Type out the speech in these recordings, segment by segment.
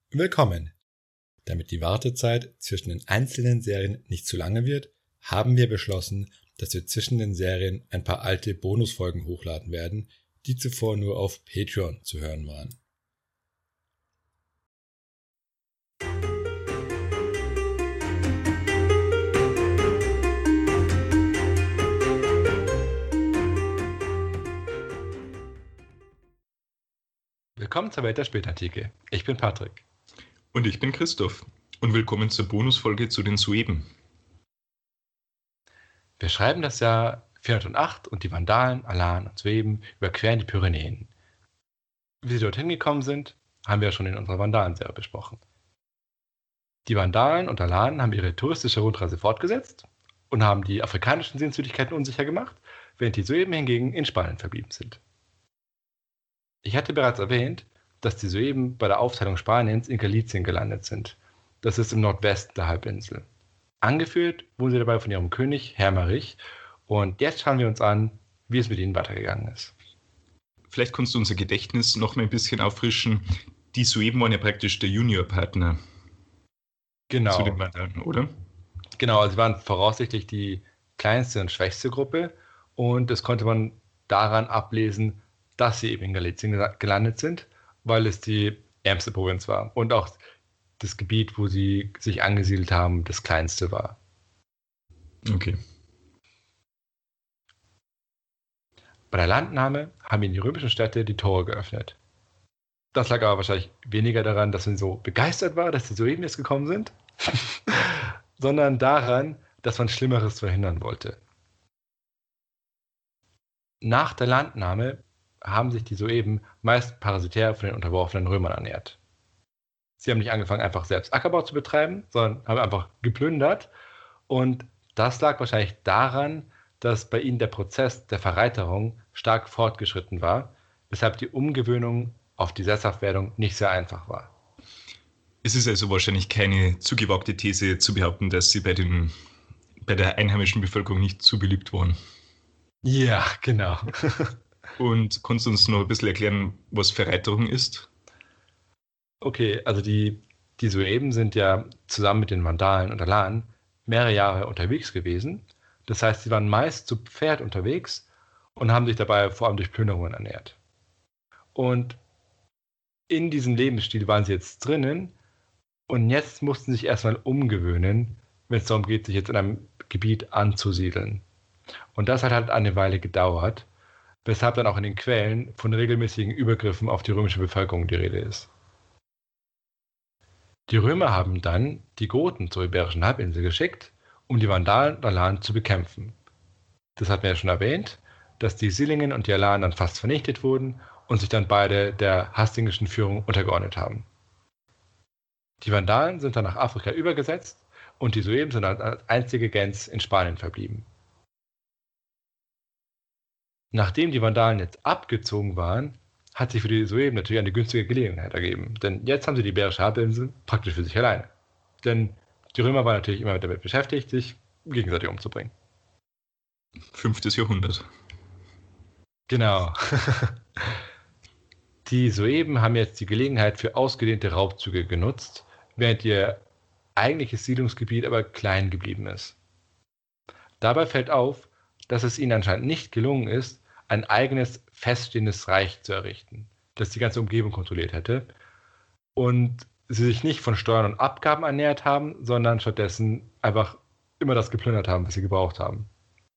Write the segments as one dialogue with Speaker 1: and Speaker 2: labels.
Speaker 1: Willkommen! Damit die Wartezeit zwischen den einzelnen Serien nicht zu lange wird, haben wir beschlossen, dass wir zwischen den Serien ein paar alte Bonusfolgen hochladen werden, die zuvor nur auf Patreon zu hören waren. Willkommen zur Welt der Spätantike. Ich bin Patrick.
Speaker 2: Und ich bin Christoph. Und willkommen zur Bonusfolge zu den Sueben.
Speaker 1: Wir schreiben das Jahr 408 und die Vandalen, Alan und Sueben überqueren die Pyrenäen. Wie sie dorthin gekommen sind, haben wir ja schon in unserer Vandalen-Serie besprochen. Die Vandalen und Alanen haben ihre touristische Rundreise fortgesetzt und haben die afrikanischen Sehenswürdigkeiten unsicher gemacht, während die Sueben hingegen in Spanien verblieben sind. Ich hatte bereits erwähnt, dass die Sueben bei der Aufteilung Spaniens in Galicien gelandet sind. Das ist im Nordwesten der Halbinsel. Angeführt wurden sie dabei von ihrem König Hermerich. Und jetzt schauen wir uns an, wie es mit ihnen weitergegangen ist.
Speaker 2: Vielleicht kannst du unser Gedächtnis noch mal ein bisschen auffrischen. Die Sueben waren ja praktisch der Juniorpartner
Speaker 1: Genau.
Speaker 2: zu den Vandalen, oder?
Speaker 1: Genau, also sie waren voraussichtlich die kleinste und schwächste Gruppe. Und das konnte man daran ablesen, dass sie eben in Galicien gelandet sind, weil es die ärmste Provinz war und auch das Gebiet, wo sie sich angesiedelt haben, das kleinste war.
Speaker 2: Okay.
Speaker 1: Bei der Landnahme haben ihnen die römischen Städte die Tore geöffnet. Das lag aber wahrscheinlich weniger daran, dass man so begeistert war, dass die Sueben jetzt gekommen sind, sondern daran, dass man Schlimmeres verhindern wollte. Nach der Landnahme haben sich die Sueben meist parasitär von den unterworfenen Römern ernährt. Sie haben nicht angefangen, einfach selbst Ackerbau zu betreiben, sondern haben einfach geplündert. Und das lag wahrscheinlich daran, dass bei ihnen der Prozess der Verreiterung stark fortgeschritten war, weshalb die Umgewöhnung auf die Sesshaftwerdung nicht sehr einfach war.
Speaker 2: Es ist also wahrscheinlich keine zu gewagte These zu behaupten, dass sie bei der einheimischen Bevölkerung nicht zu beliebt waren.
Speaker 1: Ja, genau.
Speaker 2: Und kannst du uns noch ein bisschen erklären, was Verreiterung ist?
Speaker 1: Okay, also die Sueben sind ja zusammen mit den Vandalen und Alanen mehrere Jahre unterwegs gewesen. Das heißt, sie waren meist zu Pferd unterwegs und haben sich dabei vor allem durch Plünderungen ernährt. Und in diesem Lebensstil waren sie jetzt drinnen und jetzt mussten sie sich erstmal umgewöhnen, wenn es darum geht, sich jetzt in einem Gebiet anzusiedeln. Und das hat halt eine Weile gedauert, weshalb dann auch in den Quellen von regelmäßigen Übergriffen auf die römische Bevölkerung die Rede ist. Die Römer haben dann die Goten zur Iberischen Halbinsel geschickt, um die Vandalen und Alanen zu bekämpfen. Das hatten wir ja schon erwähnt, dass die Silingen und die Alanen dann fast vernichtet wurden und sich dann beide der hastingischen Führung untergeordnet haben. Die Vandalen sind dann nach Afrika übergesetzt und die Sueben sind als einzige Gens in Spanien verblieben. Nachdem die Vandalen jetzt abgezogen waren, hat sich für die Sueben natürlich eine günstige Gelegenheit ergeben. Denn jetzt haben sie die Iberische Halbinsel praktisch für sich alleine. Denn die Römer waren natürlich immer damit beschäftigt, sich gegenseitig umzubringen.
Speaker 2: 5. Jahrhundert.
Speaker 1: Genau. Die Sueben haben jetzt die Gelegenheit für ausgedehnte Raubzüge genutzt, während ihr eigentliches Siedlungsgebiet aber klein geblieben ist. Dabei fällt auf, dass es ihnen anscheinend nicht gelungen ist, ein eigenes feststehendes Reich zu errichten, das die ganze Umgebung kontrolliert hätte und sie sich nicht von Steuern und Abgaben ernährt haben, sondern stattdessen einfach immer das geplündert haben, was sie gebraucht haben.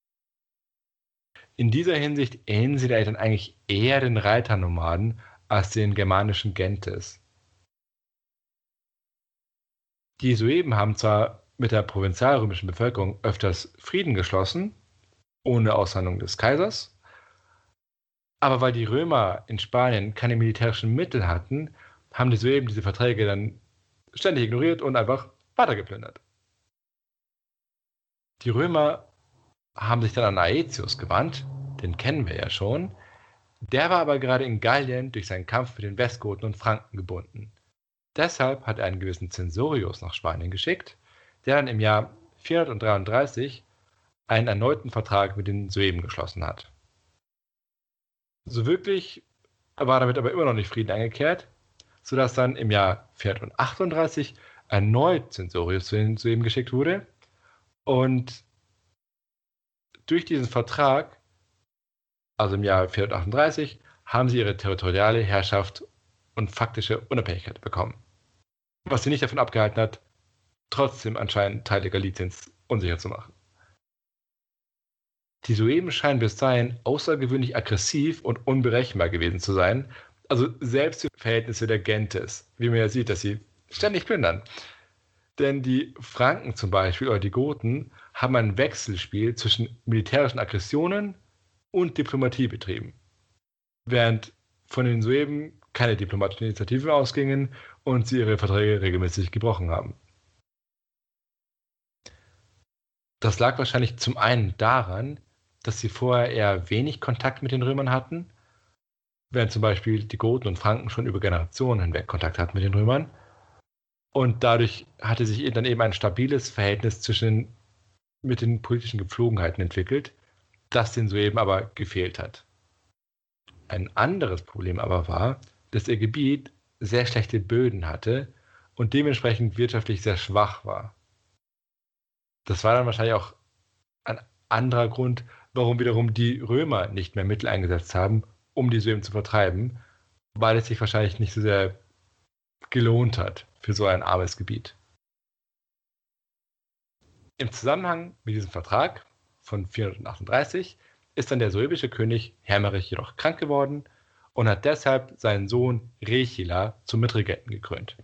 Speaker 1: In dieser Hinsicht ähneln sie dann eigentlich eher den Reiternomaden als den germanischen Gentes. Die Sueben haben zwar mit der provinzialrömischen Bevölkerung öfters Frieden geschlossen, ohne Aushandlung des Kaisers, aber weil die Römer in Spanien keine militärischen Mittel hatten, haben die Sueben diese Verträge dann ständig ignoriert und einfach weitergeplündert. Die Römer haben sich dann an Aetius gewandt, den kennen wir ja schon. Der war aber gerade in Gallien durch seinen Kampf mit den Westgoten und Franken gebunden. Deshalb hat er einen gewissen Censorius nach Spanien geschickt, der dann im Jahr 433 einen erneuten Vertrag mit den Sueben geschlossen hat. So wirklich war damit aber immer noch nicht Frieden eingekehrt, sodass dann im Jahr 438 erneut Censorius zu den Sueben geschickt wurde. Und durch diesen Vertrag, also im Jahr 438, haben sie ihre territoriale Herrschaft und faktische Unabhängigkeit bekommen. Was sie nicht davon abgehalten hat, trotzdem anscheinend Teile Galiciens unsicher zu machen. Die Sueben scheinen bis dahin außergewöhnlich aggressiv und unberechenbar gewesen zu sein. Also selbst die Verhältnisse der Gentes, wie man ja sieht, dass sie ständig plündern. Denn die Franken zum Beispiel oder die Goten haben ein Wechselspiel zwischen militärischen Aggressionen und Diplomatie betrieben. Während von den Sueben keine diplomatischen Initiativen ausgingen und sie ihre Verträge regelmäßig gebrochen haben. Das lag wahrscheinlich zum einen daran, dass sie vorher eher wenig Kontakt mit den Römern hatten, während zum Beispiel die Goten und Franken schon über Generationen hinweg Kontakt hatten mit den Römern. Und dadurch hatte sich dann eben ein stabiles Verhältnis mit den politischen Gepflogenheiten entwickelt, das den Sueben aber gefehlt hat. Ein anderes Problem aber war, dass ihr Gebiet sehr schlechte Böden hatte und dementsprechend wirtschaftlich sehr schwach war. Das war dann wahrscheinlich auch ein anderer Grund, warum wiederum die Römer nicht mehr Mittel eingesetzt haben, um die Sueben zu vertreiben, weil es sich wahrscheinlich nicht so sehr gelohnt hat für so ein armes Gebiet. Im Zusammenhang mit diesem Vertrag von 438 ist dann der suebische König Hermerich jedoch krank geworden und hat deshalb seinen Sohn Rechila zum Mitregenten gekrönt.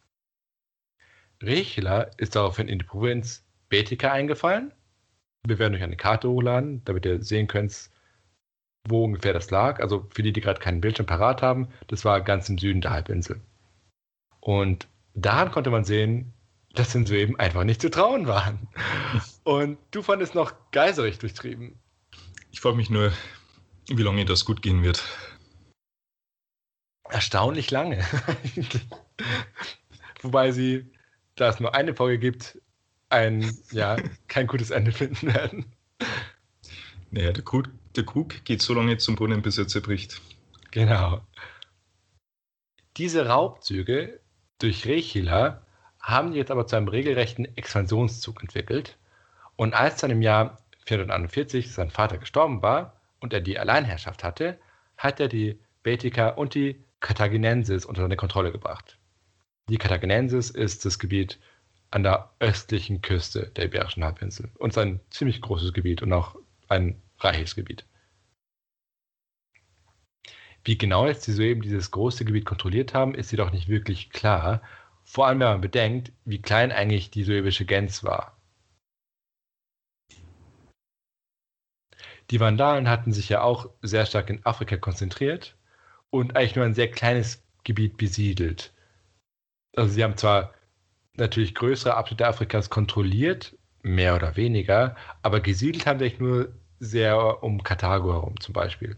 Speaker 1: Rechila ist daraufhin in die Provinz Baetica eingefallen. Wir werden euch eine Karte hochladen, damit ihr sehen könnt, wo ungefähr das lag. Also für die gerade keinen Bildschirm parat haben, das war ganz im Süden der Halbinsel. Und daran konnte man sehen, dass den Sueben einfach nicht zu trauen waren. Und du fandest noch Geiserich durchtrieben.
Speaker 2: Ich frage mich nur, wie lange das gut gehen wird.
Speaker 1: Erstaunlich lange. Wobei sie, da es nur eine Folge gibt, kein gutes Ende finden werden.
Speaker 2: Naja, der Krug geht so lange zum Brunnen, bis er zerbricht.
Speaker 1: Genau. Diese Raubzüge durch Rechila haben jetzt aber zu einem regelrechten Expansionszug entwickelt. Und als dann im Jahr 441 sein Vater gestorben war und er die Alleinherrschaft hatte, hat er die Baetica und die Carthaginensis unter seine Kontrolle gebracht. Die Carthaginensis ist das Gebiet an der östlichen Küste der Iberischen Halbinsel. Und es ist ein ziemlich großes Gebiet und auch ein reiches Gebiet. Wie genau jetzt die Sueben dieses große Gebiet kontrolliert haben, ist jedoch nicht wirklich klar. Vor allem, wenn man bedenkt, wie klein eigentlich die suebische Gens war. Die Vandalen hatten sich ja auch sehr stark in Afrika konzentriert und eigentlich nur ein sehr kleines Gebiet besiedelt. Also sie haben zwar natürlich größere Abschnitte Afrikas kontrolliert, mehr oder weniger, aber gesiedelt haben sie eigentlich nur sehr um Karthago herum zum Beispiel.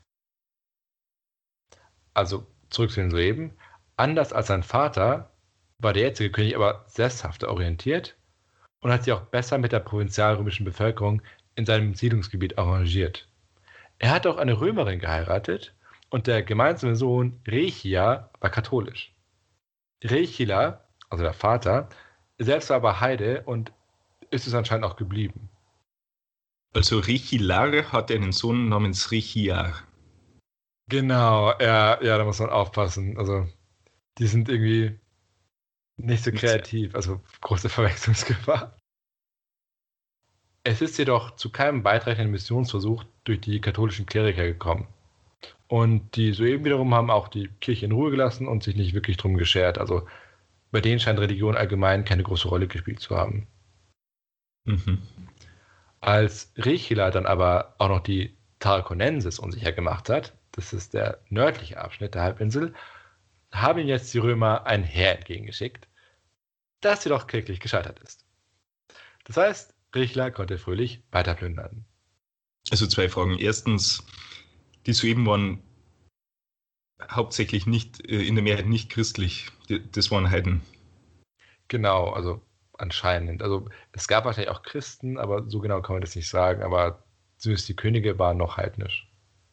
Speaker 1: Also zurück zu den Sueben. Anders als sein Vater war der jetzige König aber sesshafter orientiert und hat sich auch besser mit der provinzialrömischen Bevölkerung in seinem Siedlungsgebiet arrangiert. Er hat auch eine Römerin geheiratet und der gemeinsame Sohn Rechia war katholisch. Rechila, also der Vater, selbst war aber Heide und ist es anscheinend auch geblieben.
Speaker 2: Also Rechilar hatte einen Sohn namens Rechiar.
Speaker 1: Genau, ja, da muss man aufpassen. Also die sind irgendwie nicht so kreativ, also große Verwechslungsgefahr. Es ist jedoch zu keinem weitreichenden Missionsversuch durch die katholischen Kleriker gekommen. Und die Sueben wiederum haben auch die Kirche in Ruhe gelassen und sich nicht wirklich drum geschert. Also bei denen scheint Religion allgemein keine große Rolle gespielt zu haben.
Speaker 2: Mhm.
Speaker 1: Als Rechila dann aber auch noch die Tarraconensis unsicher gemacht hat, das ist der nördliche Abschnitt der Halbinsel, haben ihm jetzt die Römer ein Heer entgegengeschickt, das jedoch kläglich gescheitert ist. Das heißt, Rechila konnte fröhlich weiter plündern.
Speaker 2: Also 2 Fragen. Erstens, die Sueben waren hauptsächlich nicht, in der Mehrheit nicht christlich. Das waren Heiden.
Speaker 1: Genau, also anscheinend. Also es gab wahrscheinlich auch Christen, aber so genau kann man das nicht sagen. Aber zumindest die Könige waren noch heidnisch.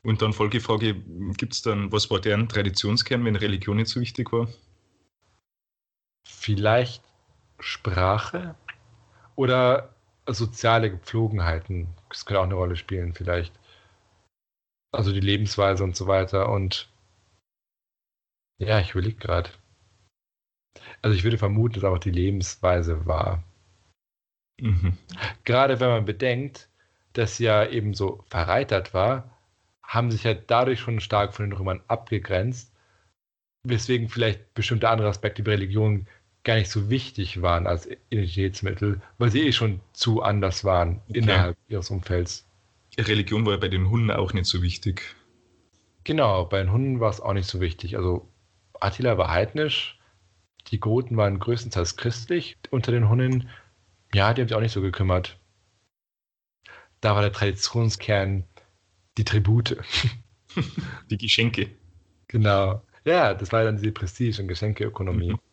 Speaker 2: Und dann Folgefrage, was war deren Traditionskern, wenn Religion nicht so wichtig war?
Speaker 1: Vielleicht Sprache oder soziale Gepflogenheiten. Das könnte auch eine Rolle spielen, vielleicht. Also die Lebensweise und so weiter. Und ja, ich überlege gerade. Also ich würde vermuten, dass auch die Lebensweise war.
Speaker 2: Mhm.
Speaker 1: Gerade wenn man bedenkt, dass sie ja eben so verreitert war, haben sich ja dadurch schon stark von den Römern abgegrenzt, weswegen vielleicht bestimmte andere Aspekte wie Religion gar nicht so wichtig waren als Identitätsmittel, weil sie schon zu anders waren innerhalb ihres Umfelds.
Speaker 2: Religion war ja bei den Hunden auch nicht so wichtig.
Speaker 1: Genau, bei den Hunden war es auch nicht so wichtig. Also Attila war heidnisch, die Goten waren größtenteils christlich unter den Hunnen. Ja, die haben sich auch nicht so gekümmert. Da war der Traditionskern die Tribute.
Speaker 2: Die Geschenke.
Speaker 1: Genau. Ja, das war dann diese Prestige- und Geschenkeökonomie,
Speaker 2: Mhm.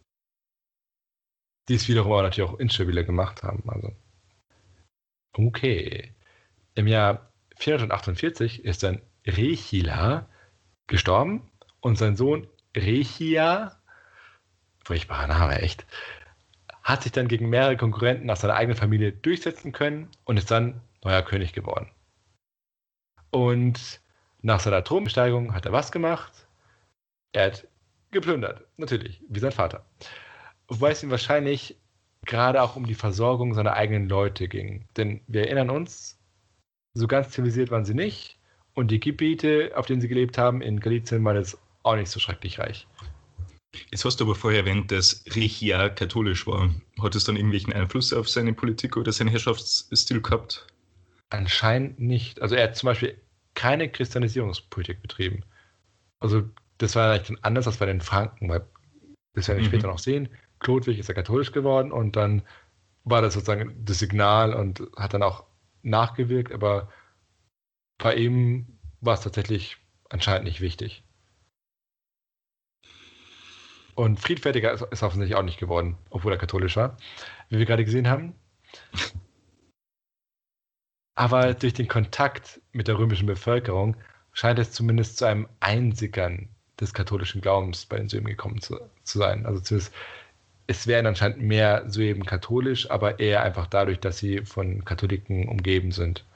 Speaker 1: die es wiederum auch natürlich auch instabile gemacht haben. Also, okay. Im Jahr 448 ist dann Rechila gestorben und sein Sohn Rechia, furchtbarer Name, echt, hat sich dann gegen mehrere Konkurrenten aus seiner eigenen Familie durchsetzen können und ist dann neuer König geworden. Und nach seiner Thronbesteigung hat er was gemacht? Er hat geplündert, natürlich, wie sein Vater. Wobei es ihm wahrscheinlich gerade auch um die Versorgung seiner eigenen Leute ging. Denn wir erinnern uns, so ganz zivilisiert waren sie nicht. Und die Gebiete, auf denen sie gelebt haben, in Galizien, waren jetzt auch nicht so schrecklich reich.
Speaker 2: Jetzt hast du aber vorher erwähnt, dass Rechia katholisch war. Hat es dann irgendwelchen Einfluss auf seine Politik oder seinen Herrschaftsstil gehabt?
Speaker 1: Anscheinend nicht. Also er hat zum Beispiel keine Christianisierungspolitik betrieben. Also das war eigentlich dann anders als bei den Franken, weil das werden wir später noch sehen. Chlodwig ist ja katholisch geworden und dann war das sozusagen das Signal und hat dann auch nachgewirkt, aber bei ihm war es tatsächlich anscheinend nicht wichtig. Und friedfertiger ist er offensichtlich auch nicht geworden, obwohl er katholisch war, wie wir gerade gesehen haben. Aber durch den Kontakt mit der römischen Bevölkerung scheint es zumindest zu einem Einsickern des katholischen Glaubens bei den Sueben gekommen zu sein. Also zumindest, es wären anscheinend mehr Sueben katholisch, aber eher einfach dadurch, dass sie von Katholiken umgeben sind.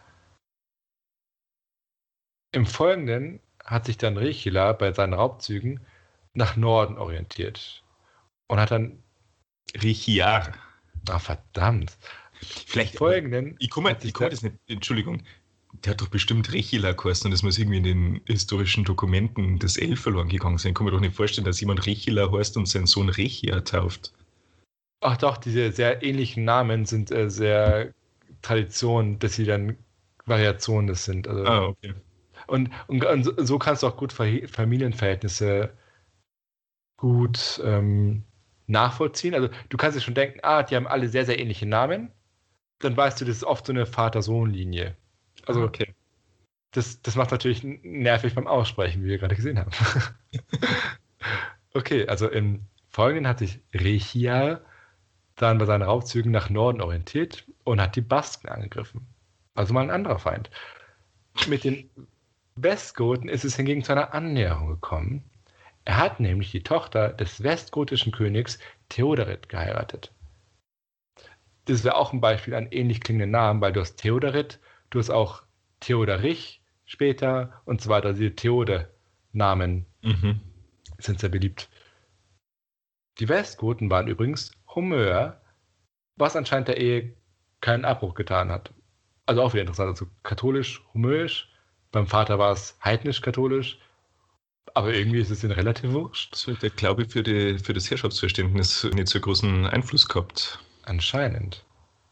Speaker 1: Im Folgenden hat sich dann Rechila bei seinen Raubzügen nach Norden orientiert und hat dann,
Speaker 2: Rechiar.
Speaker 1: verdammt,
Speaker 2: Vielleicht,
Speaker 1: Folgenden
Speaker 2: ich komme
Speaker 1: hat sich
Speaker 2: das nicht, Entschuldigung, der hat doch bestimmt Rechila geheißen und das muss irgendwie in den historischen Dokumenten des L verloren gegangen sein. Ich kann mir doch nicht vorstellen, dass jemand Rechila heißt und seinen Sohn Rechia tauft.
Speaker 1: Ach doch, diese sehr ähnlichen Namen sind sehr Tradition, dass sie dann Variationen das sind. Also,
Speaker 2: Okay.
Speaker 1: und so kannst du auch gut Familienverhältnisse gut nachvollziehen. Also du kannst dir schon denken, die haben alle sehr, sehr ähnliche Namen. Dann weißt du, das ist oft so eine Vater-Sohn-Linie. Also
Speaker 2: Okay.
Speaker 1: das macht natürlich nervig beim Aussprechen, wie wir gerade gesehen haben. Okay, also im Folgenden hat sich Rechia dann bei seinen Raubzügen nach Norden orientiert und hat die Basken angegriffen. Also mal ein anderer Feind. Mit den Westgoten ist es hingegen zu einer Annäherung gekommen. Er hat nämlich die Tochter des westgotischen Königs Theoderit geheiratet. Das wäre auch ein Beispiel an ähnlich klingenden Namen, weil du hast Theoderit, du hast auch Theoderich später und so weiter. Die Theode-Namen sind sehr beliebt. Die Westgoten waren übrigens Homöer, was anscheinend der Ehe keinen Abbruch getan hat. Also auch wieder interessant. Also katholisch, homöisch. Beim Vater war es heidnisch-katholisch. Aber irgendwie ist es ihnen relativ wurscht.
Speaker 2: Das wird der Glaube für das Herrschaftsverständnis nicht so großen Einfluss gehabt.
Speaker 1: Anscheinend.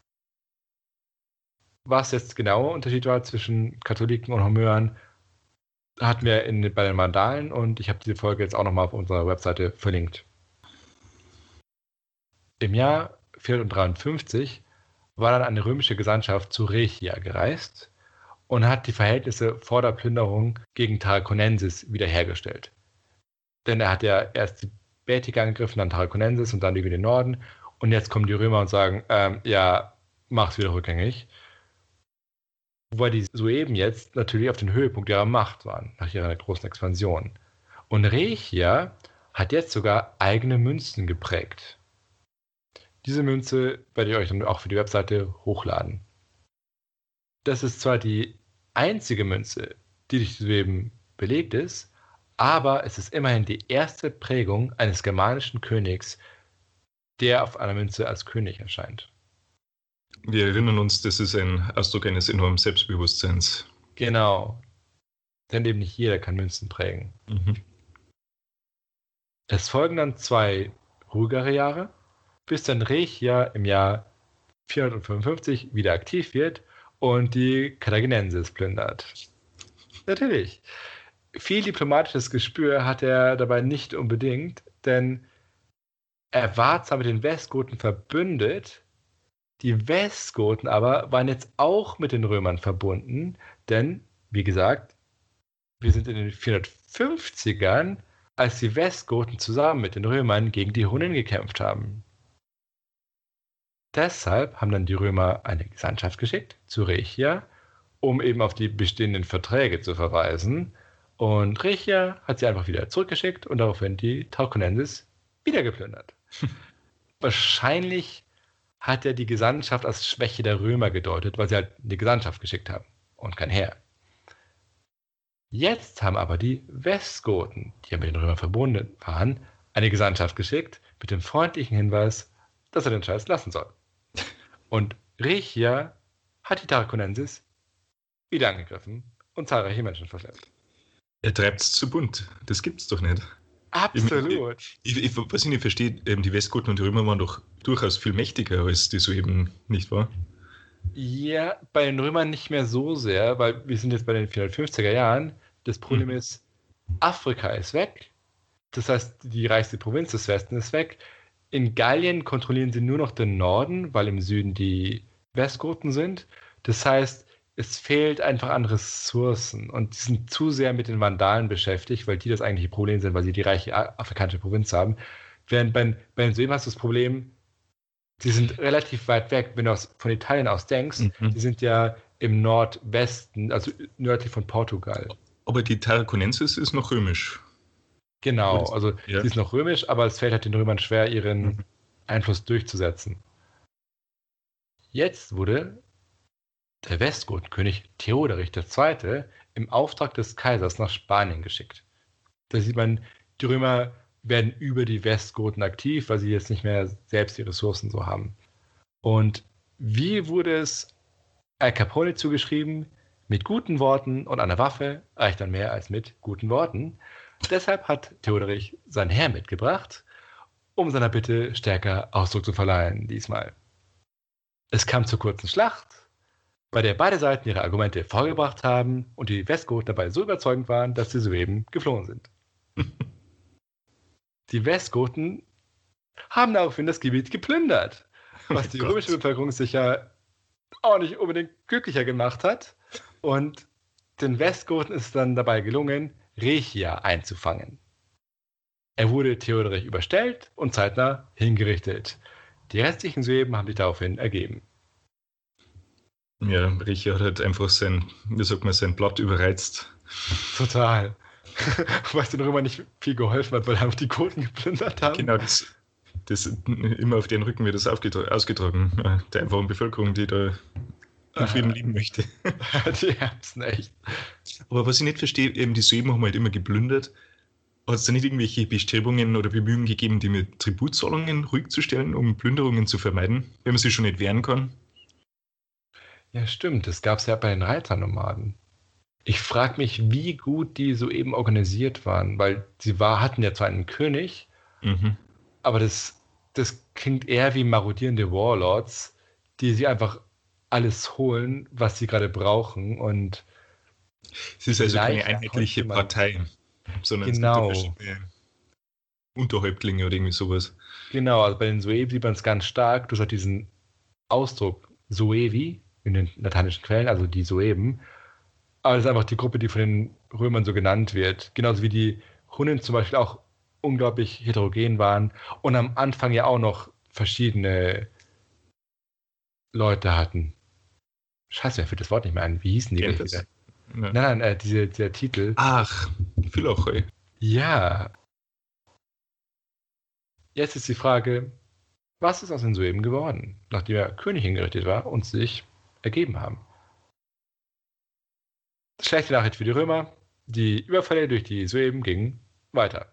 Speaker 1: Was jetzt genauer Unterschied war zwischen Katholiken und Homöern, hatten wir bei den Mandalen und ich habe diese Folge jetzt auch nochmal auf unserer Webseite verlinkt. Im Jahr 453 war dann eine römische Gesandtschaft zu Rechia gereist und hat die Verhältnisse vor der Plünderung gegen Tarraconensis wiederhergestellt. Denn er hat ja erst die Baetica angegriffen, dann Tarraconensis und dann über den Norden. Und jetzt kommen die Römer und sagen, ja, mach's wieder rückgängig. Wobei die Sueben jetzt natürlich auf den Höhepunkt ihrer Macht waren, nach ihrer großen Expansion. Und Rechia hat jetzt sogar eigene Münzen geprägt. Diese Münze werde ich euch dann auch für die Webseite hochladen. Das ist zwar die einzige Münze, die durch die Sueben belegt ist, aber es ist immerhin die erste Prägung eines germanischen Königs, der auf einer Münze als König erscheint.
Speaker 2: Wir erinnern uns, das ist ein Ausdruck eines enormen Selbstbewusstseins.
Speaker 1: Genau. Denn eben nicht jeder kann Münzen prägen. Es folgen dann 2 ruhigere Jahre, bis dann Rechia im Jahr 455 wieder aktiv wird und die Carthaginensis plündert. Natürlich. Viel diplomatisches Gespür hat er dabei nicht unbedingt, denn er war zwar mit den Westgoten verbündet, die Westgoten aber waren jetzt auch mit den Römern verbunden, denn, wie gesagt, wir sind in den 450ern, als die Westgoten zusammen mit den Römern gegen die Hunnen gekämpft haben. Deshalb haben dann die Römer eine Gesandtschaft geschickt zu Rechia, um eben auf die bestehenden Verträge zu verweisen. Und Rechia hat sie einfach wieder zurückgeschickt und daraufhin die Tarraconensis wieder geplündert. Wahrscheinlich hat er die Gesandtschaft als Schwäche der Römer gedeutet, weil sie halt eine Gesandtschaft geschickt haben und kein Heer. Jetzt haben aber die Westgoten, die ja mit den Römern verbunden waren, eine Gesandtschaft geschickt mit dem freundlichen Hinweis, dass er den Scheiß lassen soll. Und Rechia hat die Tarraconensis wieder angegriffen und zahlreiche Menschen verschleppt.
Speaker 2: Er treibt es zu bunt. Das gibt's doch nicht.
Speaker 1: Absolut.
Speaker 2: Was ich nicht verstehe, die Westgoten und die Römer waren doch durchaus viel mächtiger, als die Sueben, nicht wahr?
Speaker 1: Ja, bei den Römern nicht mehr so sehr, weil wir sind jetzt bei den 450er Jahren. Das Problem ist, Afrika ist weg. Das heißt, die reichste Provinz des Westens ist weg. In Gallien kontrollieren sie nur noch den Norden, weil im Süden die Westgoten sind. Das heißt, es fehlt einfach an Ressourcen und die sind zu sehr mit den Vandalen beschäftigt, weil die das eigentliche Problem sind, weil sie die reiche afrikanische Provinz haben. Während bei den Sueben hast du das Problem, die sind relativ weit weg, wenn du von Italien aus denkst. Die sind ja im Nordwesten, also nördlich von Portugal.
Speaker 2: Aber die Tarraconensis ist noch römisch.
Speaker 1: Genau, also sie ist noch römisch, aber es fällt halt den Römern schwer, ihren Einfluss durchzusetzen. Jetzt wurde der Westgotenkönig Theoderich II. Im Auftrag des Kaisers nach Spanien geschickt. Da sieht man, die Römer werden über die Westgoten aktiv, weil sie jetzt nicht mehr selbst die Ressourcen so haben. Und wie wurde es Al Capone zugeschrieben? Mit guten Worten und einer Waffe reicht dann mehr als mit guten Worten. Deshalb hat Theoderich sein Heer mitgebracht, um seiner Bitte stärker Ausdruck zu verleihen diesmal. Es kam zur kurzen Schlacht, bei der beide Seiten ihre Argumente vorgebracht haben und die Westgoten dabei so überzeugend waren, dass sie soeben geflohen sind. Die Westgoten haben daraufhin das Gebiet geplündert, was die römische Bevölkerung sicher auch nicht unbedingt glücklicher gemacht hat. Und den Westgoten ist dann dabei gelungen, Rechia einzufangen. Er wurde Theoderich überstellt und zeitnah hingerichtet. Die restlichen Sueben haben sich daraufhin ergeben.
Speaker 2: Ja, Rechia hat halt einfach sein Blatt überreizt.
Speaker 1: Total. Was den Römern nicht viel geholfen hat, weil einfach die Goten geplündert haben.
Speaker 2: Genau, das immer auf den Rücken wird das ausgetragen. Der einfachen Bevölkerung, die da in Frieden leben möchte.
Speaker 1: Die Erbsen, echt.
Speaker 2: Aber was ich nicht verstehe, eben die Sueben haben halt immer geplündert. Hat es da nicht irgendwelche Bestrebungen oder Bemühungen gegeben, die mit Tributzahlungen ruhig zu stellen, um Plünderungen zu vermeiden, wenn man sich schon nicht wehren kann?
Speaker 1: Ja, stimmt. Das gab es ja bei den Reiternomaden. Ich frage mich, wie gut die so eben organisiert waren, weil sie hatten ja zwar einen König, aber das klingt eher wie marodierende Warlords, die sich einfach alles holen, was sie gerade brauchen. Und
Speaker 2: es ist also keine einheitliche Partei, sondern es gibt verschiedene Unterhäuptlinge oder irgendwie sowas.
Speaker 1: Genau, also bei den Suevi sieht man es ganz stark. Du hast diesen Ausdruck Suevi in den lateinischen Quellen, also die Sueben. Aber das ist einfach die Gruppe, die von den Römern so genannt wird. Genauso wie die Hunnen zum Beispiel auch unglaublich heterogen waren und am Anfang ja auch noch verschiedene Leute hatten. Scheiße, mir fällt das Wort nicht mehr ein. Wie hießen die
Speaker 2: Kennt
Speaker 1: gleich
Speaker 2: das?
Speaker 1: wieder?
Speaker 2: Ja.
Speaker 1: Nein, der Titel.
Speaker 2: Ach, Philachoi.
Speaker 1: Ja. Jetzt ist die Frage, was ist aus den Sueben geworden, nachdem er König hingerichtet war und sich ergeben haben? Schlechte Nachricht für die Römer. Die Überfälle durch die Sueben gingen weiter.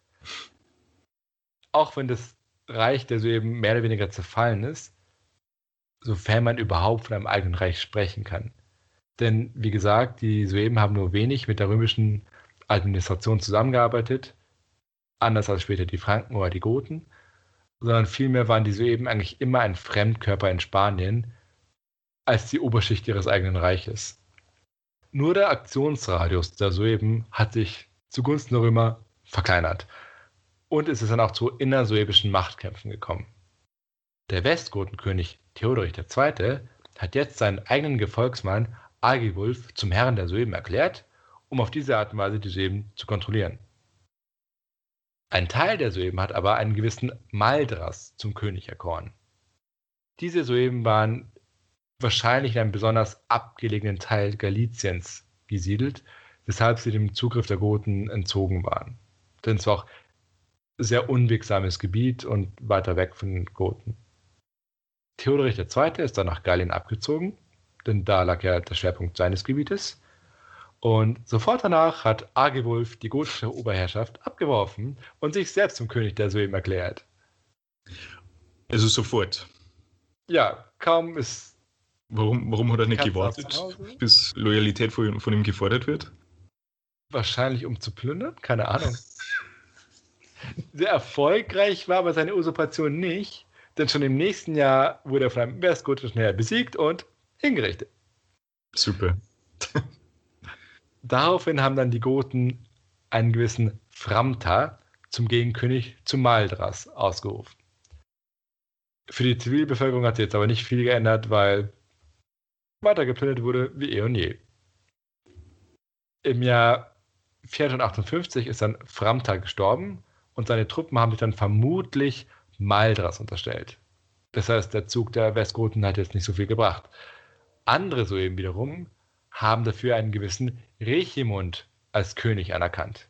Speaker 1: Auch wenn das Reich der Sueben mehr oder weniger zerfallen ist, sofern man überhaupt von einem eigenen Reich sprechen kann. Denn, wie gesagt, die Sueben haben nur wenig mit der römischen Administration zusammengearbeitet, anders als später die Franken oder die Goten, sondern vielmehr waren die Sueben eigentlich immer ein Fremdkörper in Spanien als die Oberschicht ihres eigenen Reiches. Nur der Aktionsradius der Sueben hat sich zugunsten der Römer verkleinert und es ist dann auch zu innersuebischen Machtkämpfen gekommen. Der Westgotenkönig Theodorich II. Hat jetzt seinen eigenen Gefolgsmann Agilwulf zum Herrn der Sueben erklärt, um auf diese Art und Weise die Sueben zu kontrollieren. Ein Teil der Sueben hat aber einen gewissen Maldras zum König erkoren. Diese Sueben waren wahrscheinlich in einem besonders abgelegenen Teil Galiciens gesiedelt, weshalb sie dem Zugriff der Goten entzogen waren. Denn es war auch sehr unwegsames Gebiet und weiter weg von den Goten. Theodorich II. Ist dann nach Gallien abgezogen, denn da lag ja der Schwerpunkt seines Gebietes. Und sofort danach hat Agilwulf die gotische Oberherrschaft abgeworfen und sich selbst zum König der Sueben erklärt.
Speaker 2: Also sofort.
Speaker 1: Ja, kaum ist...
Speaker 2: Warum hat er nicht
Speaker 1: Katze
Speaker 2: gewartet,
Speaker 1: aus dem Hause?
Speaker 2: bis Loyalität von ihm gefordert wird?
Speaker 1: Wahrscheinlich um zu plündern? Keine Ahnung. Sehr erfolgreich war aber seine Usurpation nicht, denn schon im nächsten Jahr wurde er von einem westgotischen Heer besiegt und hingerichtet.
Speaker 2: Super.
Speaker 1: Daraufhin haben dann die Goten einen gewissen Framta zum Gegenkönig zu Maldras ausgerufen. Für die Zivilbevölkerung hat sich jetzt aber nicht viel geändert, weil weiter geplündert wurde wie eh und je. Im Jahr 458 ist dann Framta gestorben und seine Truppen haben sich dann vermutlich Maldras unterstellt. Das heißt, der Zug der Westgoten hat jetzt nicht so viel gebracht. Andere Sueben wiederum haben dafür einen gewissen Rechimund als König anerkannt.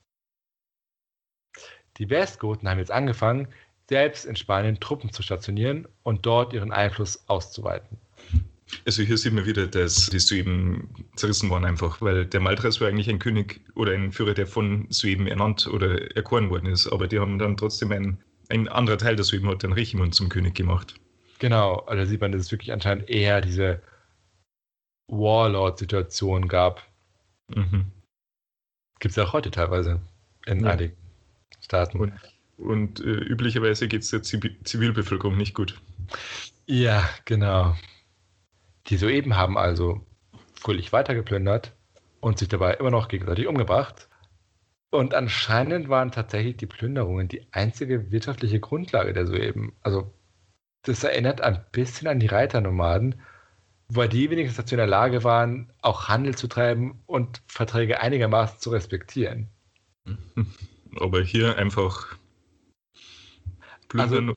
Speaker 1: Die Westgoten haben jetzt angefangen, selbst in Spanien Truppen zu stationieren und dort ihren Einfluss auszuweiten.
Speaker 2: Also hier sieht man wieder, dass die Sueben zerrissen waren einfach, weil der Maldras war eigentlich ein König oder ein Führer, der von Sueben ernannt oder erkoren worden ist, aber die haben dann trotzdem ein anderer Teil der Sueben hat den Rechimund zum König gemacht.
Speaker 1: Genau, also da sieht man, dass es wirklich anscheinend eher diese Warlord-Situation gab.
Speaker 2: Mhm.
Speaker 1: Gibt es ja auch heute teilweise in einigen Staaten.
Speaker 2: Und üblicherweise geht es der Zivilbevölkerung nicht gut.
Speaker 1: Ja, genau. Die Sueben haben also fröhlich weitergeplündert und sich dabei immer noch gegenseitig umgebracht. Und anscheinend waren tatsächlich die Plünderungen die einzige wirtschaftliche Grundlage der Sueben. Also das erinnert ein bisschen an die Reiternomaden, weil die wenigstens dazu in der Lage waren, auch Handel zu treiben und Verträge einigermaßen zu respektieren.
Speaker 2: Aber hier einfach plündern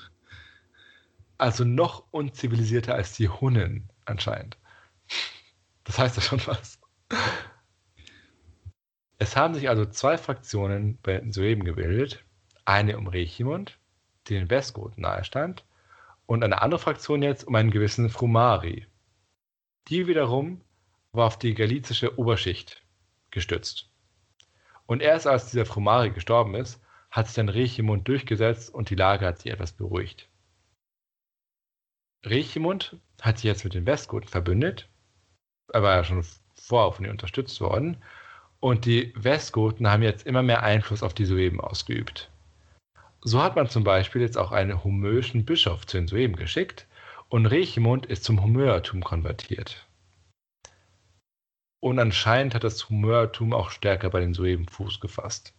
Speaker 1: Also noch unzivilisierter als die Hunnen anscheinend. Das heißt ja schon was. Es haben sich also zwei Fraktionen bei den Sueben gebildet. Eine um Rechimund, die den Westgoten nahestand, und eine andere Fraktion jetzt um einen gewissen Frumari. Die wiederum war auf die galizische Oberschicht gestützt. Und erst als dieser Frumari gestorben ist, hat sich dann Rechimund durchgesetzt und die Lage hat sich etwas beruhigt. Rechimund hat sich jetzt mit den Westgoten verbündet. Er war ja schon vorher von ihnen unterstützt worden. Und die Westgoten haben jetzt immer mehr Einfluss auf die Sueben ausgeübt. So hat man zum Beispiel jetzt auch einen homöischen Bischof zu den Sueben geschickt und Rechimund ist zum Homöertum konvertiert. Und anscheinend hat das Homöertum auch stärker bei den Sueben Fuß gefasst.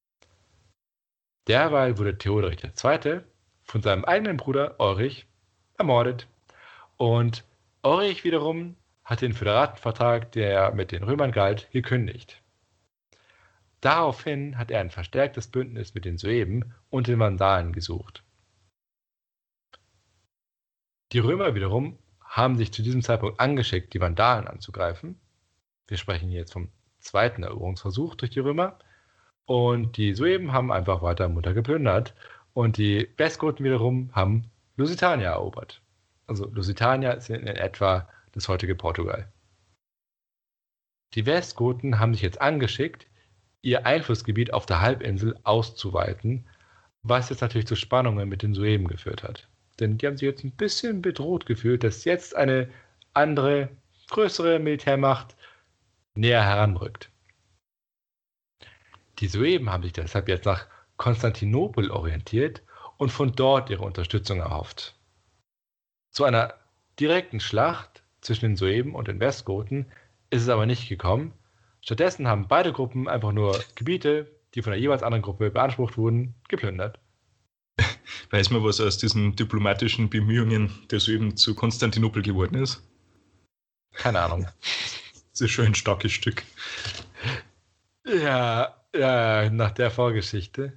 Speaker 1: Derweil wurde Theodorich II. Von seinem eigenen Bruder Eurich ermordet. Und Eurich wiederum hat den Föderatenvertrag, der mit den Römern galt, gekündigt. Daraufhin hat er ein verstärktes Bündnis mit den Sueben und den Vandalen gesucht. Die Römer wiederum haben sich zu diesem Zeitpunkt angeschickt, die Vandalen anzugreifen. Wir sprechen hier jetzt vom zweiten Eroberungsversuch durch die Römer. Und die Sueben haben einfach weiter munter geplündert. Und die Westgoten wiederum haben Lusitania erobert. Also Lusitania ist in etwa das heutige Portugal. Die Westgoten haben sich jetzt angeschickt, ihr Einflussgebiet auf der Halbinsel auszuweiten, was jetzt natürlich zu Spannungen mit den Sueben geführt hat. Denn die haben sich jetzt ein bisschen bedroht gefühlt, dass jetzt eine andere, größere Militärmacht näher heranrückt. Die Sueben haben sich deshalb jetzt nach Konstantinopel orientiert und von dort ihre Unterstützung erhofft. Zu einer direkten Schlacht zwischen den Sueben und den Westgoten ist es aber nicht gekommen. Stattdessen haben beide Gruppen einfach nur Gebiete, die von der jeweils anderen Gruppe beansprucht wurden, geplündert.
Speaker 2: Weiß man, was aus diesen diplomatischen Bemühungen der Sueben zu Konstantinopel geworden ist?
Speaker 1: Keine Ahnung.
Speaker 2: Das ist schon ein starkes Stück.
Speaker 1: Ja, nach der Vorgeschichte.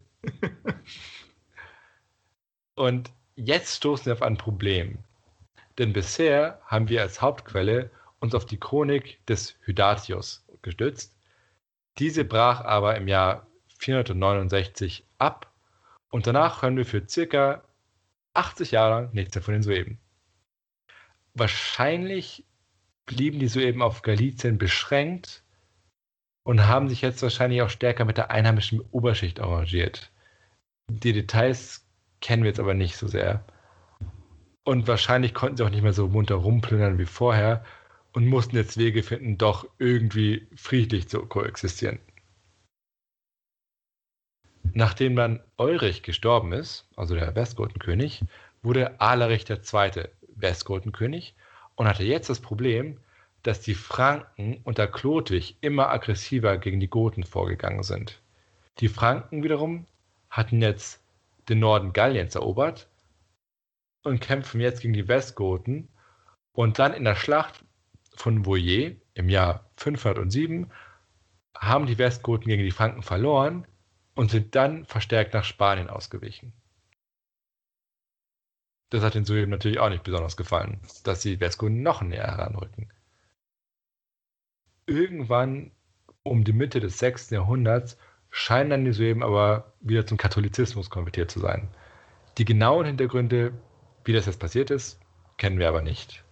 Speaker 1: Und jetzt stoßen wir auf ein Problem. Denn bisher haben wir als Hauptquelle uns auf die Chronik des Hydatius gestützt. Diese brach aber im Jahr 469 ab und danach hören wir für circa 80 Jahre lang nichts mehr von den Sueben. Wahrscheinlich blieben die Sueben auf Galizien beschränkt und haben sich jetzt wahrscheinlich auch stärker mit der einheimischen Oberschicht arrangiert. Die Details kennen wir jetzt aber nicht so sehr. Und wahrscheinlich konnten sie auch nicht mehr so munter rumplündern wie vorher und mussten jetzt Wege finden, doch irgendwie friedlich zu koexistieren. Nachdem dann Eurich gestorben ist, also der Westgotenkönig, wurde Alarich II. Westgotenkönig und hatte jetzt das Problem, dass die Franken unter Chlodwig immer aggressiver gegen die Goten vorgegangen sind. Die Franken wiederum hatten jetzt den Norden Galliens erobert und kämpfen jetzt gegen die Westgoten. Und dann in der Schlacht von Vouillers im Jahr 507 haben die Westgoten gegen die Franken verloren und sind dann verstärkt nach Spanien ausgewichen. Das hat den Sueben natürlich auch nicht besonders gefallen, dass die Westgoten noch näher heranrücken. Irgendwann um die Mitte des 6. Jahrhunderts scheinen dann die Sueben aber wieder zum Katholizismus konvertiert zu sein. Die genauen Hintergründe, wie das jetzt passiert ist, kennen wir aber nicht.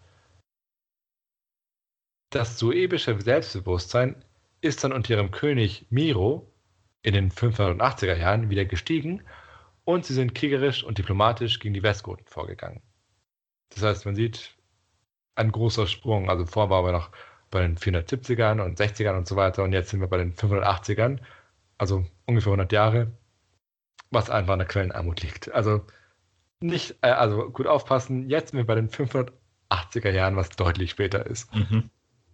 Speaker 1: Das suebische Selbstbewusstsein ist dann unter ihrem König Miro in den 580er Jahren wieder gestiegen und sie sind kriegerisch und diplomatisch gegen die Westgoten vorgegangen. Das heißt, man sieht ein großer Sprung. Also vorher waren wir noch bei den 470ern und 60ern und so weiter und jetzt sind wir bei den 580ern, also ungefähr 100 Jahre, was einfach an der Quellenarmut liegt. Also also gut aufpassen, jetzt sind wir bei den 580er Jahren, was deutlich später ist.
Speaker 2: Mhm.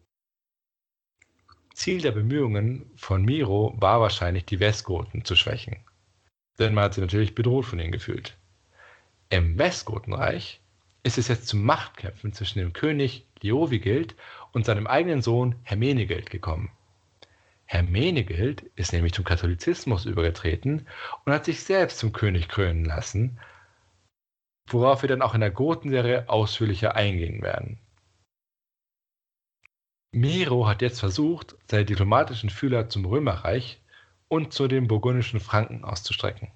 Speaker 1: Ziel der Bemühungen von Miro war wahrscheinlich, die Westgoten zu schwächen. Denn man hat sich natürlich bedroht von ihnen gefühlt. Im Westgotenreich ist es jetzt zu Machtkämpfen zwischen dem König Leovigild und seinem eigenen Sohn Hermenegild gekommen. Hermenegild ist nämlich zum Katholizismus übergetreten und hat sich selbst zum König krönen lassen, worauf wir dann auch in der Gotenserie ausführlicher eingehen werden. Miro hat jetzt versucht, seine diplomatischen Fühler zum Römerreich und zu den burgundischen Franken auszustrecken.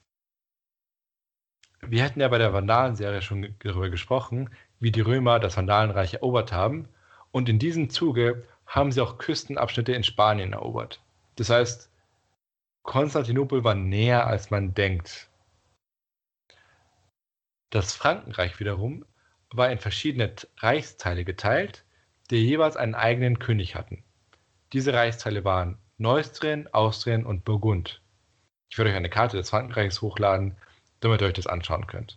Speaker 1: Wir hatten ja bei der Vandalenserie schon darüber gesprochen, wie die Römer das Vandalenreich erobert haben, und in diesem Zuge haben sie auch Küstenabschnitte in Spanien erobert. Das heißt, Konstantinopel war näher, als man denkt. Das Frankenreich wiederum war in verschiedene Reichsteile geteilt, die jeweils einen eigenen König hatten. Diese Reichsteile waren Neustrien, Austrien und Burgund. Ich werde euch eine Karte des Frankenreichs hochladen, damit ihr euch das anschauen könnt.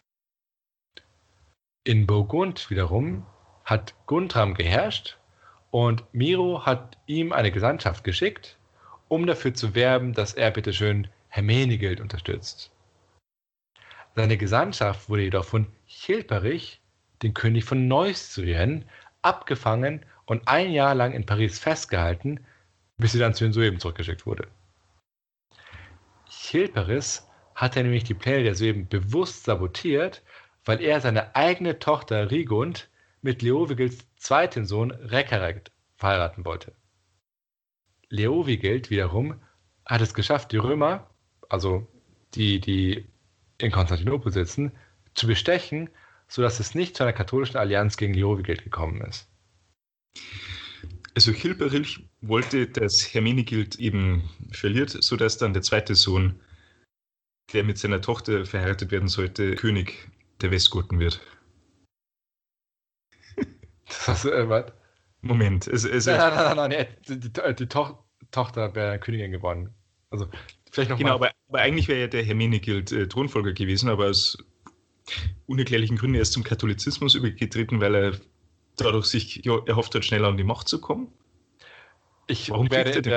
Speaker 1: In Burgund wiederum hat Guntram geherrscht und Miro hat ihm eine Gesandtschaft geschickt, um dafür zu werben, dass er bitteschön Hermenegild unterstützt. Seine Gesandtschaft wurde jedoch von Chilperich, dem König von Neustrien, abgefangen und ein Jahr lang in Paris festgehalten, bis sie dann zu den Sueben zurückgeschickt wurde. Chilperis hatte nämlich die Pläne der Sueben bewusst sabotiert, weil er seine eigene Tochter Rigund mit Leovigilds zweiten Sohn Rekerekt verheiraten wollte. Leovigild wiederum hat es geschafft, die Römer, also die in Konstantinopel sitzen, zu bestechen, sodass es nicht zu einer katholischen Allianz gegen Leovigild gekommen ist.
Speaker 2: Also Chilperic wollte, dass Hermenegild eben verliert, sodass dann der zweite Sohn, der mit seiner Tochter verheiratet werden sollte, König der Westgoten wird.
Speaker 1: Das hast du, was?
Speaker 2: Moment.
Speaker 1: Nein, die Tochter wäre Königin geworden. Also, vielleicht noch
Speaker 2: genau,
Speaker 1: mal.
Speaker 2: aber eigentlich wäre ja der Hermenegild Thronfolger gewesen, aber aus unerklärlichen Gründen erst zum Katholizismus übergetreten, weil er dadurch sich erhofft hat, schneller an die Macht zu kommen.
Speaker 1: Warum werde in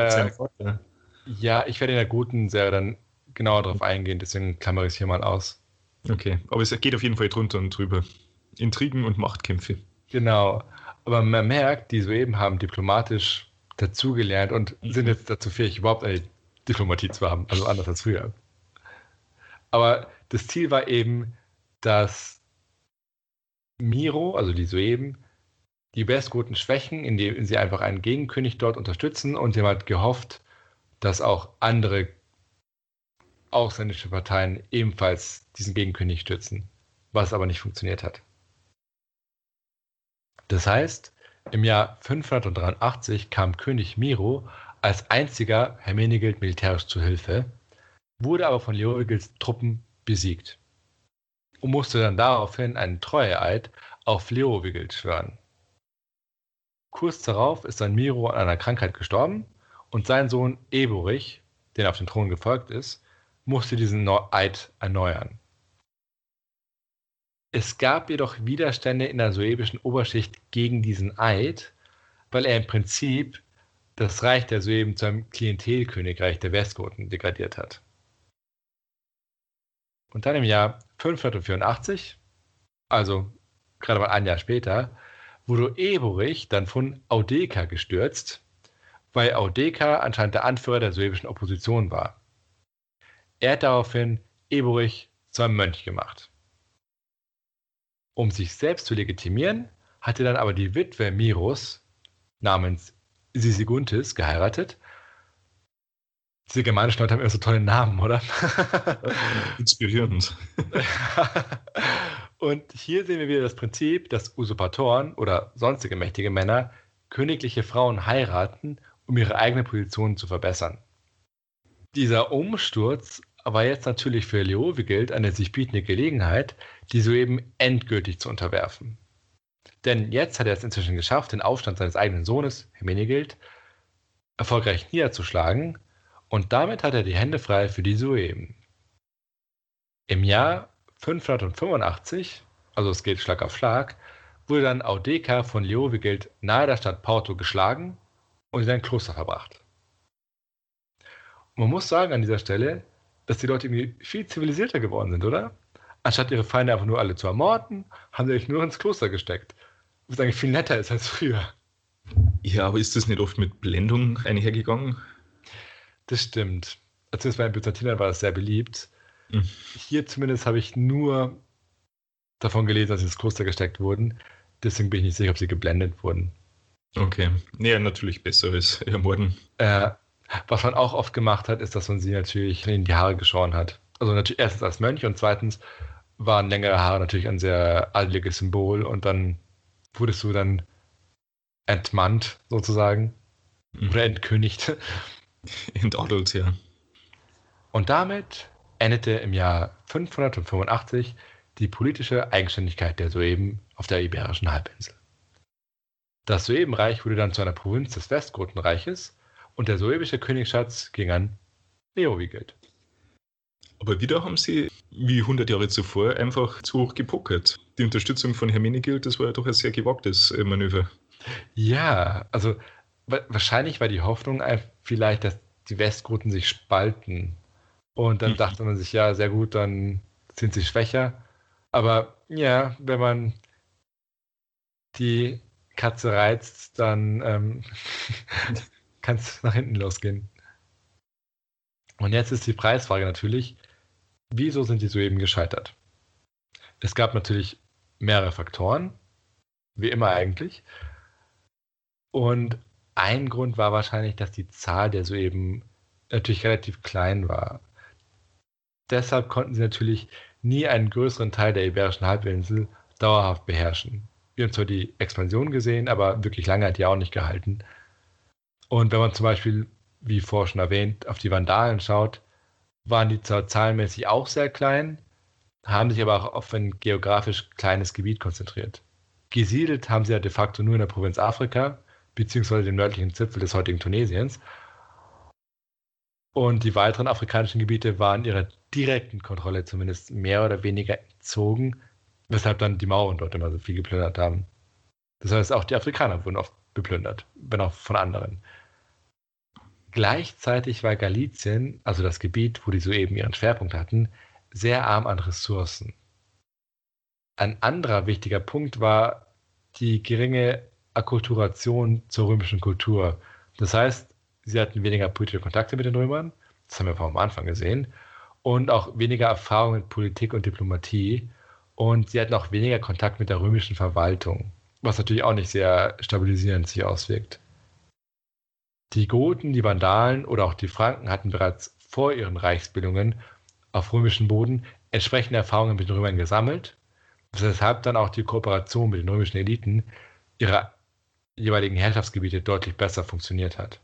Speaker 1: der guten Serie dann genauer darauf eingehen, deswegen klammere ich es hier mal aus.
Speaker 2: Okay, aber es geht auf jeden Fall drunter und drüber. Intrigen und Machtkämpfe.
Speaker 1: Genau, aber man merkt, die soeben haben diplomatisch dazugelernt und sind jetzt dazu fähig, überhaupt eine Diplomatie zu haben, also anders als früher. Aber das Ziel war eben, dass Miro, also die Sueben, die Westgoten schwächen, indem sie einfach einen Gegenkönig dort unterstützen, und sie haben halt gehofft, dass auch andere ausländische Parteien ebenfalls diesen Gegenkönig stützen, was aber nicht funktioniert hat. Das heißt, im Jahr 583 kam König Miro als einziger Hermenegild militärisch zu Hilfe, wurde aber von Leovigilds Truppen besiegt und musste dann daraufhin einen Treueeid auf Leovigild schwören. Kurz darauf ist dann Miro an einer Krankheit gestorben und sein Sohn Eborich, der auf den Thron gefolgt ist, musste diesen Eid erneuern. Es gab jedoch Widerstände in der suebischen Oberschicht gegen diesen Eid, weil er im Prinzip das Reich der Sueben zu einem Klientelkönigreich der Westgoten degradiert hat. Und dann im Jahr 584, also gerade mal ein Jahr später, wurde Eborich dann von Audeka gestürzt, weil Audeka anscheinend der Anführer der suebischen Opposition war. Er hat daraufhin Eborich zu einem Mönch gemacht. Um sich selbst zu legitimieren, hatte dann aber die Witwe Miros namens Sisiguntis geheiratet. Diese germanischen Leute haben immer so tolle Namen, oder?
Speaker 2: Inspirierend.
Speaker 1: Und hier sehen wir wieder das Prinzip, dass Usurpatoren oder sonstige mächtige Männer königliche Frauen heiraten, um ihre eigene Position zu verbessern. Dieser Umsturz war jetzt natürlich für Leovigild eine sich bietende Gelegenheit, die soeben endgültig zu unterwerfen. Denn jetzt hat er es inzwischen geschafft, den Aufstand seines eigenen Sohnes, Hermenegild, erfolgreich niederzuschlagen, und damit hat er die Hände frei für die Sueben. Im Jahr 585, also es geht Schlag auf Schlag, wurde dann Audeka von Leovigild nahe der Stadt Porto geschlagen und in ein Kloster verbracht. Und man muss sagen an dieser Stelle, dass die Leute irgendwie viel zivilisierter geworden sind, oder? Anstatt ihre Feinde einfach nur alle zu ermorden, haben sie sich nur ins Kloster gesteckt. Was eigentlich viel netter ist als früher.
Speaker 2: Ja, aber ist das nicht oft mit Blendung einhergegangen?
Speaker 1: Das stimmt. Zumindest bei den Byzantinern war das sehr beliebt. Hier zumindest habe ich nur davon gelesen, dass sie ins Kloster gesteckt wurden. Deswegen bin ich nicht sicher, ob sie geblendet wurden.
Speaker 2: Okay. Ja, natürlich besser als ermorden.
Speaker 1: Was man auch oft gemacht hat, ist, dass man sie natürlich in die Haare geschoren hat. Also natürlich erstens als Mönch und zweitens waren längere Haare natürlich ein sehr adliges Symbol, und dann wurdest du dann entmannt sozusagen oder entkönigt.
Speaker 2: Entadelt, ja.
Speaker 1: Und damit endete im Jahr 585 die politische Eigenständigkeit der Sueben auf der Iberischen Halbinsel. Das Suebenreich wurde dann zu einer Provinz des Westgotenreiches und der suebische Königsschatz ging an Leovigild.
Speaker 2: Aber wieder haben sie, wie 100 Jahre zuvor, einfach zu hoch gepokert. Die Unterstützung von Hermenegild, das war ja doch ein sehr gewagtes Manöver.
Speaker 1: Ja, also wahrscheinlich war die Hoffnung vielleicht, dass die Westgoten sich spalten. Und dann dachte man sich, ja, sehr gut, dann sind sie schwächer. Aber ja, wenn man die Katze reizt, dann kann es nach hinten losgehen. Und jetzt ist die Preisfrage natürlich, wieso sind die Sueben gescheitert? Es gab natürlich mehrere Faktoren. wie immer eigentlich. Und ein Grund war wahrscheinlich, dass die Zahl der Sueben natürlich relativ klein war. Deshalb konnten sie natürlich nie einen größeren Teil der Iberischen Halbinsel dauerhaft beherrschen. Wir haben zwar die Expansion gesehen, aber wirklich lange hat die auch nicht gehalten. Und wenn man zum Beispiel, wie vorher schon erwähnt, auf die Vandalen schaut, waren die zwar zahlenmäßig auch sehr klein, haben sich aber auch auf ein geografisch kleines Gebiet konzentriert. Gesiedelt haben sie ja de facto nur in der Provinz Afrika, beziehungsweise dem nördlichen Zipfel des heutigen Tunesiens. Und die weiteren afrikanischen Gebiete waren ihrer direkten Kontrolle zumindest mehr oder weniger entzogen, weshalb dann die Mauren dort immer so viel geplündert haben. Das heißt, auch die Afrikaner wurden oft beplündert, wenn auch von anderen. Gleichzeitig war Galizien, also das Gebiet, wo die Sueben ihren Schwerpunkt hatten, sehr arm an Ressourcen. Ein anderer wichtiger Punkt war die geringe Akkulturation zur römischen Kultur. Das heißt, sie hatten weniger politische Kontakte mit den Römern, das haben wir vom Anfang gesehen, und auch weniger Erfahrung mit Politik und Diplomatie. Und sie hatten auch weniger Kontakt mit der römischen Verwaltung, was natürlich auch nicht sehr stabilisierend sich auswirkt. Die Goten, die Vandalen oder auch die Franken hatten bereits vor ihren Reichsbildungen auf römischem Boden entsprechende Erfahrungen mit den Römern gesammelt, weshalb dann auch die Kooperation mit den römischen Eliten ihrer jeweiligen Herrschaftsgebiete deutlich besser funktioniert hat.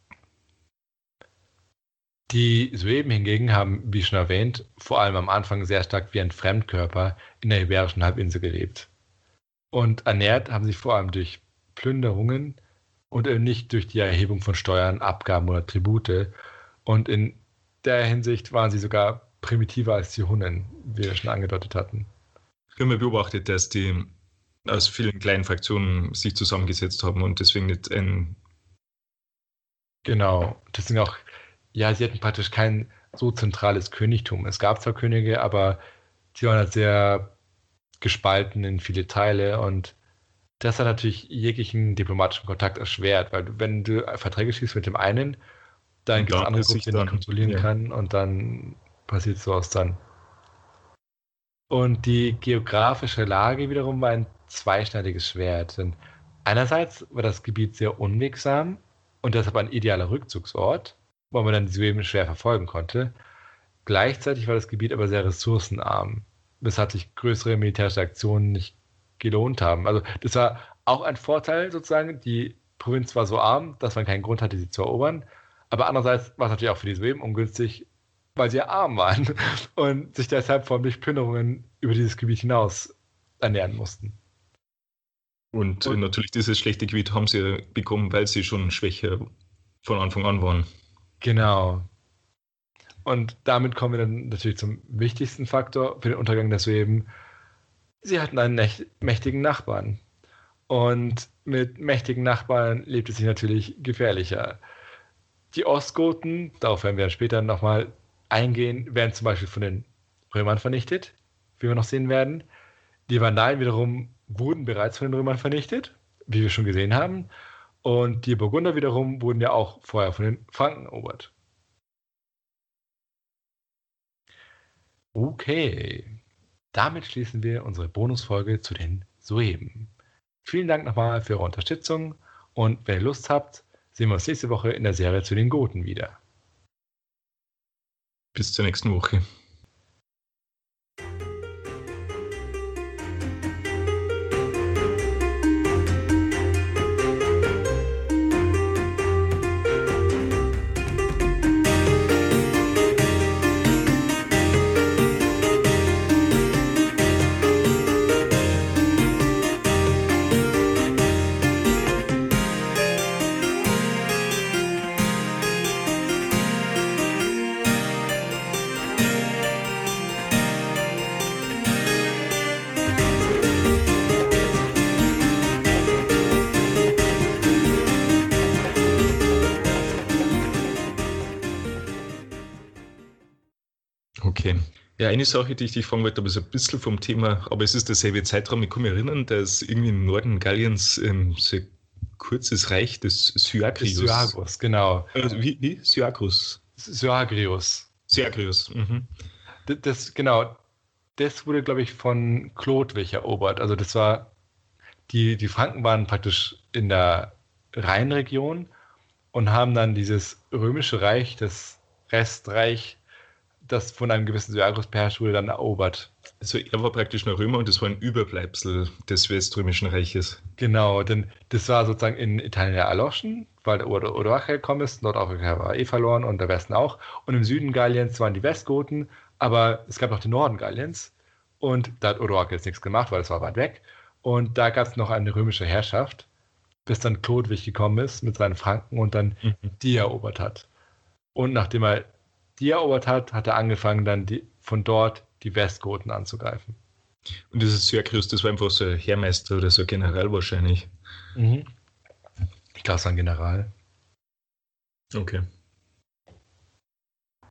Speaker 1: Die Sueben hingegen haben, wie schon erwähnt, vor allem am Anfang sehr stark wie ein Fremdkörper in der Iberischen Halbinsel gelebt. Und ernährt haben sie vor allem durch Plünderungen und nicht durch die Erhebung von Steuern, Abgaben oder Tribute. Und in der Hinsicht waren sie sogar primitiver als die Hunnen, wie wir schon angedeutet hatten.
Speaker 2: Wir haben beobachtet, dass die aus vielen kleinen Fraktionen sich zusammengesetzt haben und deswegen nicht ein...
Speaker 1: Genau, deswegen auch, ja, sie hatten praktisch kein so zentrales Königtum. Es gab zwar Könige, aber sie waren halt sehr gespalten in viele Teile und das hat natürlich jeglichen diplomatischen Kontakt erschwert, weil wenn du Verträge schließt mit dem einen, dann gibt es andere Gruppen, die nicht kontrollieren kann und dann passiert sowas dann. Und die geografische Lage wiederum war ein zweischneidiges Schwert. Denn einerseits war das Gebiet sehr unwegsam und deshalb ein idealer Rückzugsort, wo man dann die Sueben schwer verfolgen konnte. Gleichzeitig war das Gebiet aber sehr ressourcenarm, weshalb sich größere militärische Aktionen nicht gelohnt haben. Also das war auch ein Vorteil sozusagen. Die Provinz war so arm, dass man keinen Grund hatte, sie zu erobern. Aber andererseits war es natürlich auch für die Sueben ungünstig, weil sie ja arm waren und sich deshalb von Plünderungen über dieses Gebiet hinaus ernähren mussten.
Speaker 2: Und natürlich dieses schlechte Gebiet haben sie bekommen, weil sie schon schwächer von Anfang an waren.
Speaker 1: Genau. Und damit kommen wir dann natürlich zum wichtigsten Faktor für den Untergang der Sueben. Sie hatten einen mächtigen Nachbarn. Und mit mächtigen Nachbarn lebt es sich natürlich gefährlicher. Die Ostgoten, darauf werden wir später nochmal eingehen, werden zum Beispiel von den Römern vernichtet, wie wir noch sehen werden. Die Vandalen wiederum wurden bereits von den Römern vernichtet, wie wir schon gesehen haben. Und die Burgunder wiederum wurden ja auch vorher von den Franken erobert. Okay, damit schließen wir unsere Bonusfolge zu den Sueben. Vielen Dank nochmal für eure Unterstützung und wenn ihr Lust habt, sehen wir uns nächste Woche in der Serie zu den Goten wieder.
Speaker 2: Bis zur nächsten Woche. Okay. Ja, eine Sache, die ich dich fragen wollte, aber so ein bisschen vom Thema, aber es ist derselbe Zeitraum. Ich kann mich erinnern, dass irgendwie im Norden Galliens so ein kurzes Reich des Syagrius.
Speaker 1: Syagrius, genau.
Speaker 2: Wie? Syagrius.
Speaker 1: Syagrius.
Speaker 2: Syagrius,
Speaker 1: Genau. Das wurde, glaube ich, von Chlodwig erobert. Also das war Die Franken waren praktisch in der Rheinregion und haben dann dieses römische Reich, das Restreich, das von einem gewissen Syagros beherrscht wurde, dann erobert.
Speaker 2: Also er war praktisch ein Römer und das war ein Überbleibsel des Weströmischen Reiches.
Speaker 1: Genau, denn das war sozusagen in Italien ja erloschen, weil der Odoaker gekommen ist. Nordafrika war verloren und der Westen auch. Und im Süden Galliens waren die Westgoten, aber es gab noch den Norden Galliens. Und da hat Odoaker jetzt nichts gemacht, weil es war weit weg. Und da gab es noch eine römische Herrschaft, bis dann Chlodwig gekommen ist mit seinen Franken und dann die erobert hat. Und nachdem er die erobert hat, hat er angefangen, dann von dort die Westgoten anzugreifen.
Speaker 2: Und dieses Syagrius, das war einfach so ein Heermeister oder so ein General wahrscheinlich.
Speaker 1: Ich glaube, es war ein General.
Speaker 2: Okay.